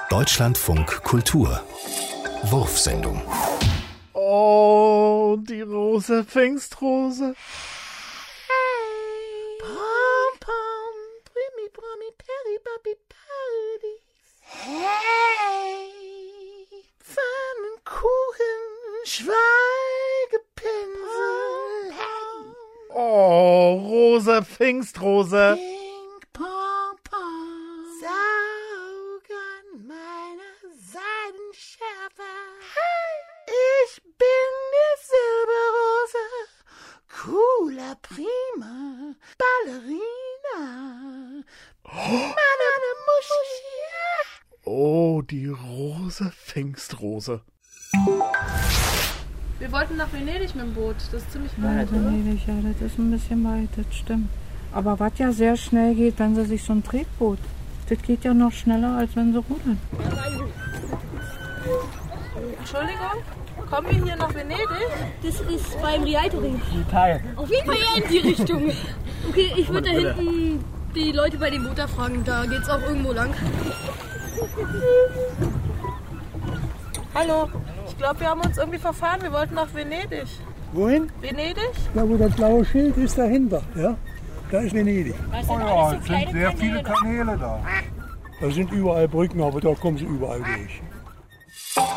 Deutschlandfunk Kultur Wurfsendung. Oh, die Rose, Pfingstrose. Hey, pom pom, primi primi peri babi paradis. Hey, Pfannenkuchen, Schweigepinsel. Oh, Rose, Pfingstrose. Pink pom pom, saug an meiner Seidenschärfe. Ich bin die Silberrose, cooler Prima, Ballerina, Manne Muschi. Oh, die Rose, Pfingstrose. Wir wollten nach Venedig mit dem Boot. Das ist ziemlich weit, oder? Venedig, ja, das ist ein bisschen weit, das stimmt. Aber was ja sehr schnell geht, wenn sie sich so ein Tretboot. Das geht ja noch schneller, als wenn sie rudern. Entschuldigung, kommen wir hier nach Venedig? Das ist beim Rialto-Ring. Teil. Auf jeden Fall eher in die Richtung. Okay, ich würde da hinten die Leute bei dem Boot da fragen. Da geht's auch irgendwo lang. Hallo, ich glaube, wir haben uns irgendwie verfahren. Wir wollten nach Venedig. Wohin? Venedig? Da wo das blaue Schild ist, dahinter. Ja? Da ist Venedig. Oh ja, es sind sehr viele Kanäle da. Da sind überall Brücken, aber da kommen sie überall durch.